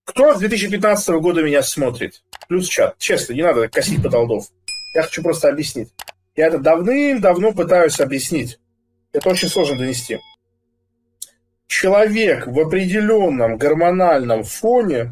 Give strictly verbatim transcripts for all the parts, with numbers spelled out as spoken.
Кто с две тысячи пятнадцатого года меня смотрит? Плюс чат. Честно, не надо косить потолдов. Я хочу просто объяснить. Я это давным-давно пытаюсь объяснить. Это очень сложно донести. Человек в определенном гормональном фоне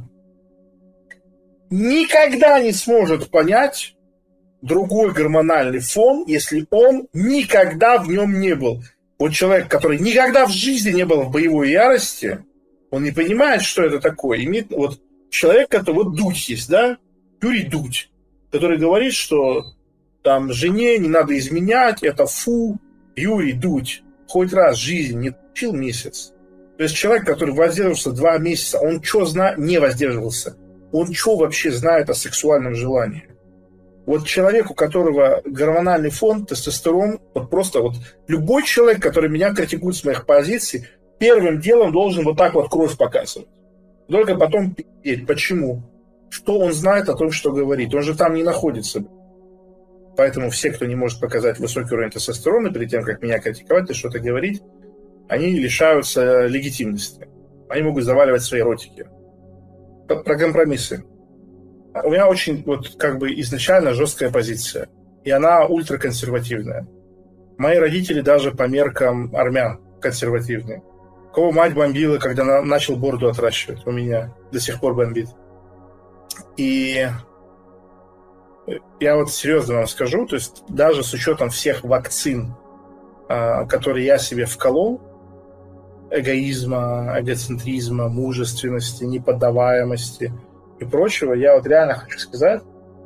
никогда не сможет понять другой гормональный фон, если он никогда в нем не был. Вот человек, который никогда в жизни не был в боевой ярости, он не понимает, что это такое. Имеет, вот человек, который вот Дудь есть, да? Юрий Дудь, который говорит, что там жене не надо изменять, это фу. Юрий Дудь хоть раз в жизни не учил месяц. То есть человек, который воздерживался два месяца, он что знает? Не воздерживался. Он что вообще знает о сексуальном желании? Вот человек, у которого гормональный фон, тестостерон, вот просто вот любой человек, который меня критикует с моих позиций, первым делом должен вот так вот кровь показывать. Только потом пи***ть. Почему? Что он знает о том, что говорит? Он же там не находится. Поэтому все, кто не может показать высокий уровень тестостерона перед тем, как меня критиковать и что-то говорить, они лишаются легитимности. Они могут заваливать свои ротики. Про компромиссы. У меня очень вот как бы изначально жесткая позиция. И она ультраконсервативная. Мои родители даже по меркам армян консервативные. Кого мать бомбила, когда на, начал бороду отращивать? У меня до сих пор бомбит. И я вот серьезно вам скажу, то есть даже с учетом всех вакцин, которые я себе вколол, эгоизма, эгоцентризма, мужественности, неподдаваемости и прочего, я вот реально хочу сказать,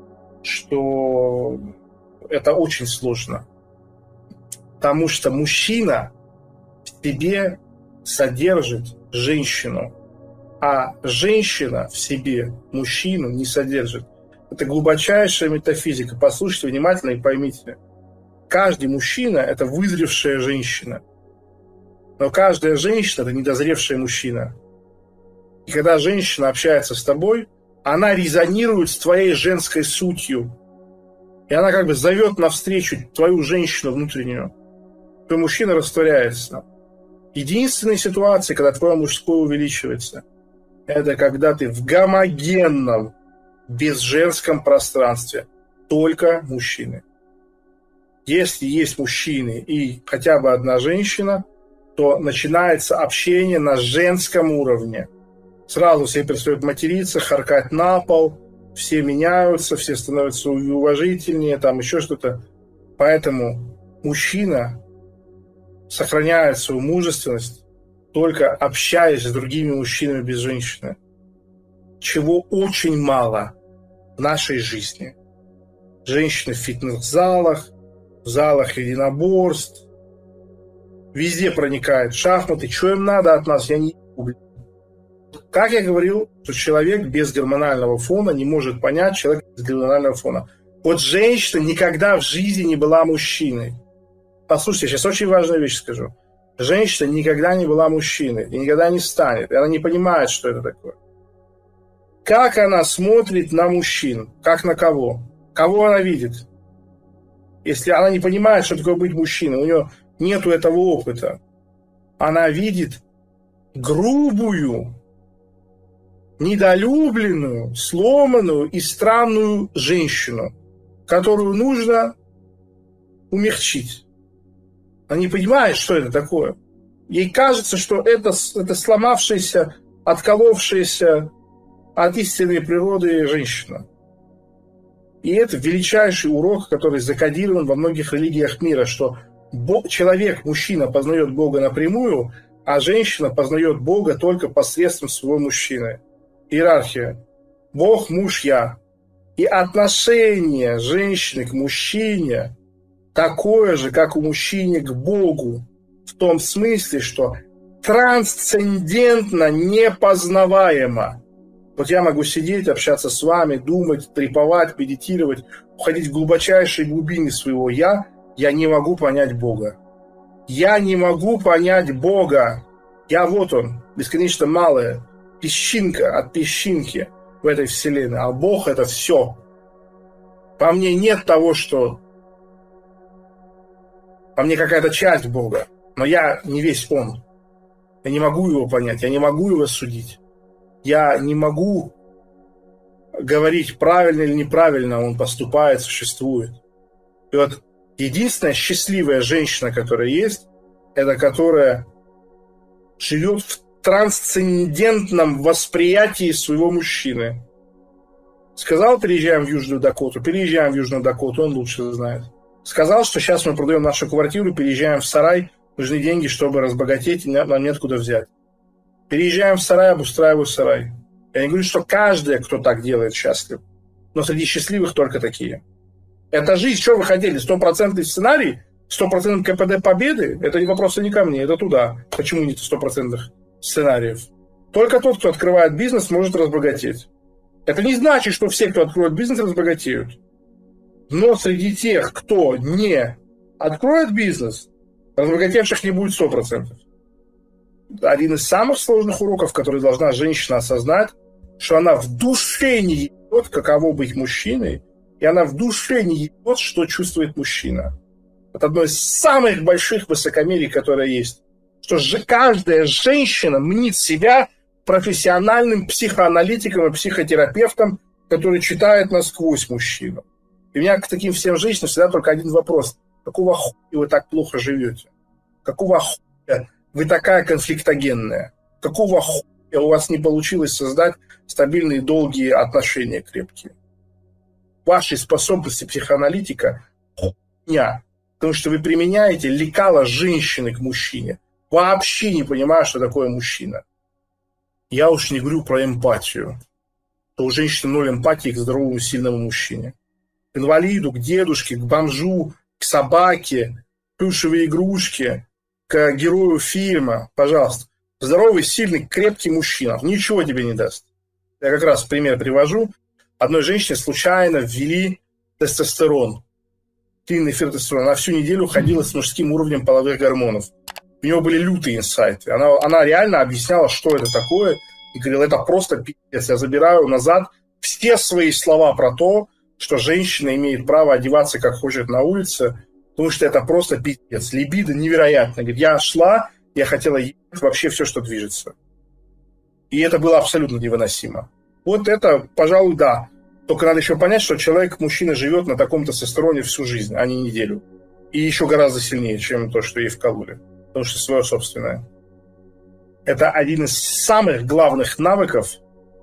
что это очень сложно. Потому что мужчина в себе содержит женщину, а женщина в себе мужчину не содержит. Это глубочайшая метафизика. Послушайте внимательно и поймите. Каждый мужчина – это вызревшая женщина. Но каждая женщина – это недозревшая мужчина. И когда женщина общается с тобой, она резонирует с твоей женской сутью. И она как бы зовет навстречу твою женщину внутреннюю. Твой мужчина растворяется. Единственная ситуация, когда твое мужское увеличивается, это когда ты в гомогенном, безженском пространстве. Только мужчины. Если есть мужчины и хотя бы одна женщина, то начинается общение на женском уровне. Сразу все перестают материться, харкать на пол, все меняются, все становятся уважительнее, там еще что-то. Поэтому мужчина сохраняет свою мужественность, только общаясь с другими мужчинами без женщины. Чего очень мало в нашей жизни. Женщины в фитнес-залах, в залах единоборств, везде проникают шахматы. Что им надо от нас? Я не люблю. Как я говорил, что человек без гормонального фона не может понять человека без гормонального фона. Вот женщина никогда в жизни не была мужчиной. Послушайте, я сейчас очень важную вещь скажу. Женщина никогда не была мужчиной и никогда не станет. И она не понимает, что это такое. Как она смотрит на мужчин? Как на кого? Кого она видит? Если она не понимает, что такое быть мужчиной, у нее нет этого опыта. Она видит грубую, недолюбленную, сломанную и странную женщину, которую нужно умягчить. Она не понимает, что это такое. Ей кажется, что это, это сломавшаяся, отколовшаяся от истинной природы женщина. И это величайший урок, который закодирован во многих религиях мира, что Бог, человек, мужчина, познает Бога напрямую, а женщина познает Бога только посредством своего мужчины. Иерархия. Бог, муж, я. И отношение женщины к мужчине такое же, как у мужчины к Богу. В том смысле, что трансцендентно непознаваемо. Вот я могу сидеть, общаться с вами, думать, треповать, медитировать, уходить в глубочайшие глубины своего «я», я не могу понять Бога. Я не могу понять Бога. Я вот он, бесконечно малая, песчинка от песчинки в этой вселенной. А Бог – это все. По мне нет того, что... По мне какая-то часть Бога. Но я не весь Он. Я не могу его понять, я не могу его судить. Я не могу говорить, правильно или неправильно он поступает, существует. И вот единственная счастливая женщина, которая есть, это которая живет в трансцендентном восприятии своего мужчины. Сказал, переезжаем в Южную Дакоту, переезжаем в Южную Дакоту, он лучше знает. Сказал, что сейчас мы продаем нашу квартиру, переезжаем в сарай, нужны деньги, чтобы разбогатеть, и нам нет куда взять. Переезжаем в сарай, обустраиваю сарай. Я не говорю, что каждый, кто так делает, счастлив. Но среди счастливых только такие. Это жизнь, что вы хотели? Стопроцентный сценарий? Стопроцентный КПД победы? Это не вопросы не ко мне, это туда. Почему нет стопроцентных сценариев? Только тот, кто открывает бизнес, может разбогатеть. Это не значит, что все, кто откроет бизнес, разбогатеют. Но среди тех, кто не откроет бизнес, разбогатевших не будет сто процентов. Один из самых сложных уроков, который должна женщина осознать, что она в душе не ебет, каково быть мужчиной, и она в душе не ебет, что чувствует мужчина. Это одно из самых больших высокомерий, которое есть. Что же каждая женщина мнит себя профессиональным психоаналитиком и психотерапевтом, который читает насквозь мужчину. И у меня к таким всем женщинам всегда только один вопрос. Какого хуя вы так плохо живете? Какого хуя вы такая конфликтогенная? Какого хуя у вас не получилось создать стабильные, долгие отношения крепкие? Ваши способности психоаналитика хуйня. Потому что вы применяете лекало женщины к мужчине. Вообще не понимая, что такое мужчина. Я уж не говорю про эмпатию. То у женщины ноль эмпатии к здоровому, сильному мужчине. К инвалиду, к дедушке, к бомжу, к собаке, к плюшевой игрушке, к герою фильма. Пожалуйста. Здоровый, сильный, крепкий мужчина. Ничего тебе не даст. Я как раз пример привожу. Одной женщине случайно ввели тестостерон. Клинный эфир тестостерона. Она всю неделю ходила с мужским уровнем половых гормонов. У нее были лютые инсайты. Она, она реально объясняла, что это такое. И говорила, это просто пиздец. Я забираю назад все свои слова про то, что женщина имеет право одеваться, как хочет на улице, потому что это просто пиздец. Либидо невероятно. Говорит, я шла, я хотела ебать вообще все, что движется. И это было абсолютно невыносимо. Вот это, пожалуй, да. Только надо еще понять, что человек, мужчина, живет на таком тестостероне всю жизнь, а не неделю. И еще гораздо сильнее, чем то, что ей вкололи. Потому что свое собственное. Это один из самых главных навыков.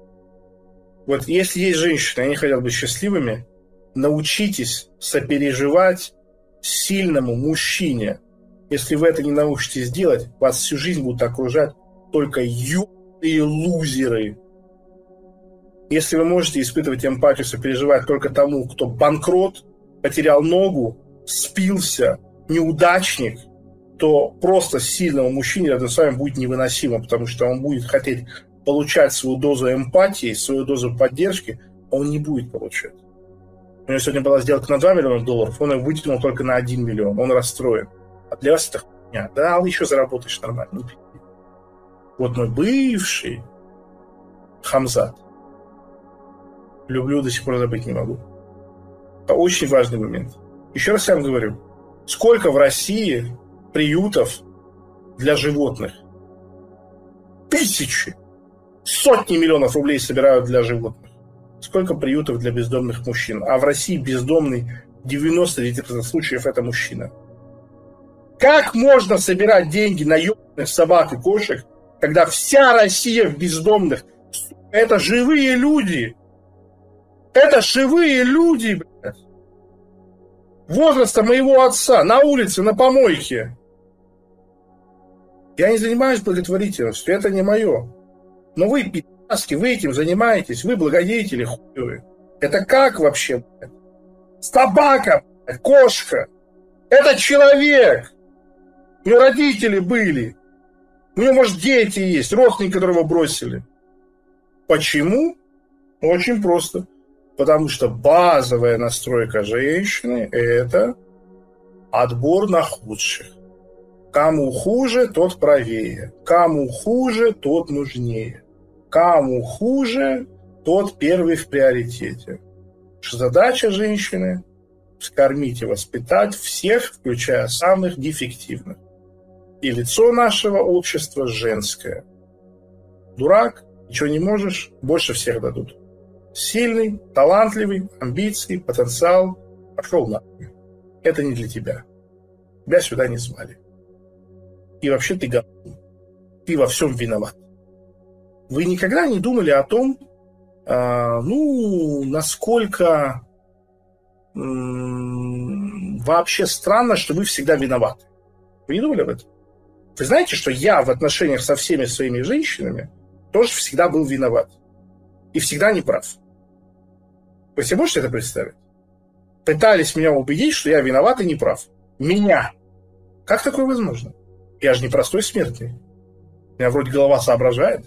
Вот если есть женщины, они хотят быть счастливыми, научитесь сопереживать сильному мужчине. Если вы это не научитесь делать, вас всю жизнь будут окружать только ебаные лузеры. Если вы можете испытывать эмпатию, сопереживать только тому, кто банкрот, потерял ногу, спился, неудачник, то просто сильному мужчине рядом с вами будет невыносимо, потому что он будет хотеть получать свою дозу эмпатии, свою дозу поддержки, а он не будет получать. У него сегодня была сделка на два миллиона долларов, он ее вытянул только на один миллион, он расстроен. А для вас это хуйня. Да, еще заработаешь нормально. Вот мой бывший Хамзат. Люблю, до сих пор забыть не могу. Это очень важный момент. Еще раз я вам говорю, сколько в России приютов для животных? Тысячи, сотни миллионов рублей собирают для животных. Сколько приютов для бездомных мужчин? А в России бездомный в девяноста девяти процентах случаев это мужчина. Как можно собирать деньги на ебаных собак и кошек, когда вся Россия в бездомных? Это живые люди. Это живые люди, блядь. Возраста моего отца, на улице, на помойке. Я не занимаюсь благотворительностью, это не мое. Но вы, пи***ски, вы этим занимаетесь, вы благодетели хуевые. Это как вообще, блядь? Собака, блядь, кошка. Это человек. У него родители были. У него, может, дети есть, родственники, которого бросили. Почему? Очень просто. Потому что базовая настройка женщины – это отбор на худших. Кому хуже, тот правее. Кому хуже, тот нужнее. Кому хуже, тот первый в приоритете. Задача женщины – вскормить и воспитать всех, включая самых дефективных. И лицо нашего общества женское. Дурак Ничего не можешь, больше всех дадут. Сильный, талантливый, амбиции, потенциал. Пошел нахуй. Это не для тебя. Тебя сюда не звали. И вообще ты говно. Ты во всем виноват. Вы никогда не думали о том, э, ну, насколько э, вообще странно, что вы всегда виноваты? Вы не думали об этом? Вы знаете, что я в отношениях со всеми своими женщинами тоже всегда был виноват. И всегда не прав. Вы себе можете это представить? Пытались меня убедить, что я виноват и не прав. Меня. Как такое возможно? Я же не простой смертный. У меня вроде голова соображает.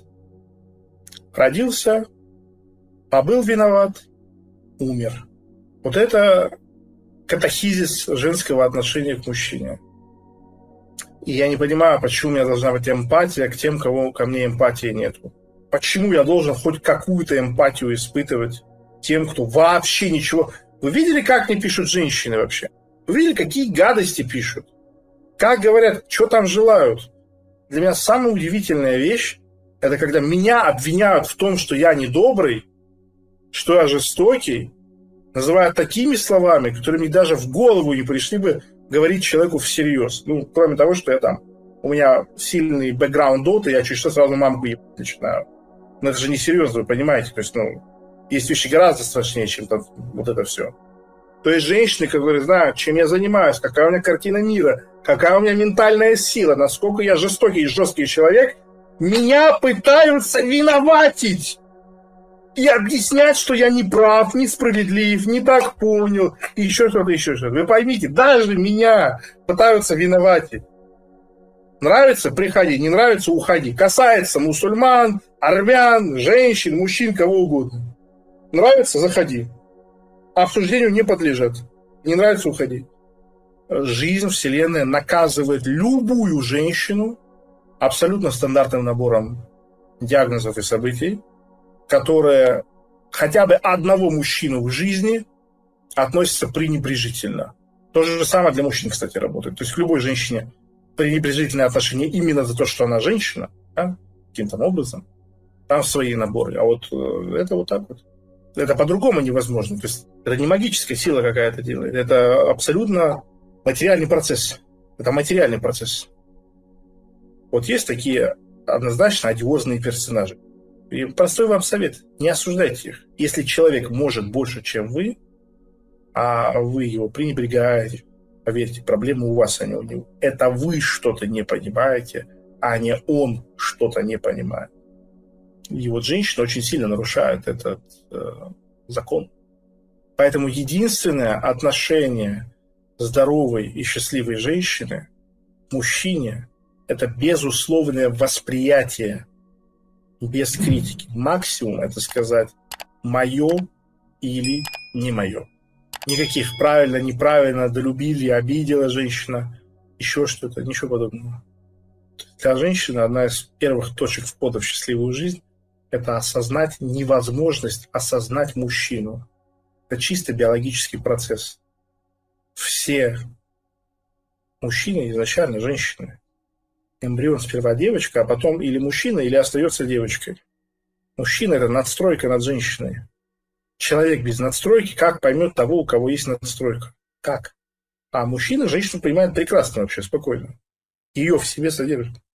Родился, побыл виноват, умер. Вот это катахизис женского отношения к мужчине. И я не понимаю, почему у меня должна быть эмпатия к тем, кого ко мне эмпатии нету. Почему я должен хоть какую-то эмпатию испытывать тем, кто вообще ничего... Вы видели, как мне пишут женщины вообще? Вы видели, какие гадости пишут? Как говорят, что там желают? Для меня самая удивительная вещь, это когда меня обвиняют в том, что я недобрый, что я жестокий, называют такими словами, которыми даже в голову не пришли бы говорить человеку всерьез. Ну, кроме того, что я там, у меня сильный бэкграунд доты, я чуть что сразу мамку ебать начинаю. Но это же не серьезно, вы понимаете? То есть, ну, есть вещи гораздо страшнее, чем там, вот это все. То есть женщины, которые знают, чем я занимаюсь, какая у меня картина мира, какая у меня ментальная сила, насколько я жестокий и жесткий человек, меня пытаются виноватить и объяснять, что я не прав, несправедлив, не так понял, и еще что-то, еще что-то. Вы поймите, даже меня пытаются виноватить. Нравится – приходи, не нравится – уходи. Касается мусульман, армян, женщин, мужчин, кого угодно. Нравится – заходи. Обсуждению не подлежат. Не нравится – уходи. Жизнь, Вселенная наказывает любую женщину абсолютно стандартным набором диагнозов и событий, которая хотя бы одного мужчину в жизни относится пренебрежительно. То же самое для мужчин, кстати, работает. То есть к любой женщине пренебрежительное отношение именно за то, что она женщина, да, каким-то образом, там свои наборы. А вот это вот так вот. Это по-другому невозможно. То есть это не магическая сила какая-то делает. Это абсолютно материальный процесс. Это материальный процесс. Вот есть такие однозначно одиозные персонажи. И простой вам совет. Не осуждайте их. Если человек может больше, чем вы, а вы его пренебрегаете, поверьте, проблемы у вас, а не у него. Это вы что-то не понимаете, а не он что-то не понимает. И вот женщины очень сильно нарушают этот э, закон. Поэтому единственное отношение здоровой и счастливой женщины к мужчине – это безусловное восприятие без критики. Максимум – это сказать «моё» или «не моё». Никаких правильно, неправильно, долюбили, обидела женщина, еще что-то, ничего подобного. Для женщины одна из первых точек входа в счастливую жизнь – это осознать невозможность осознать мужчину. Это чисто биологический процесс. Все мужчины изначально женщины. Эмбрион сперва девочка, а потом или мужчина, или остается девочкой. Мужчина – это надстройка над женщиной. Человек без надстройки как поймет того, у кого есть надстройка? Как? А мужчина женщину понимает прекрасно вообще, спокойно. Ее в себе содержит.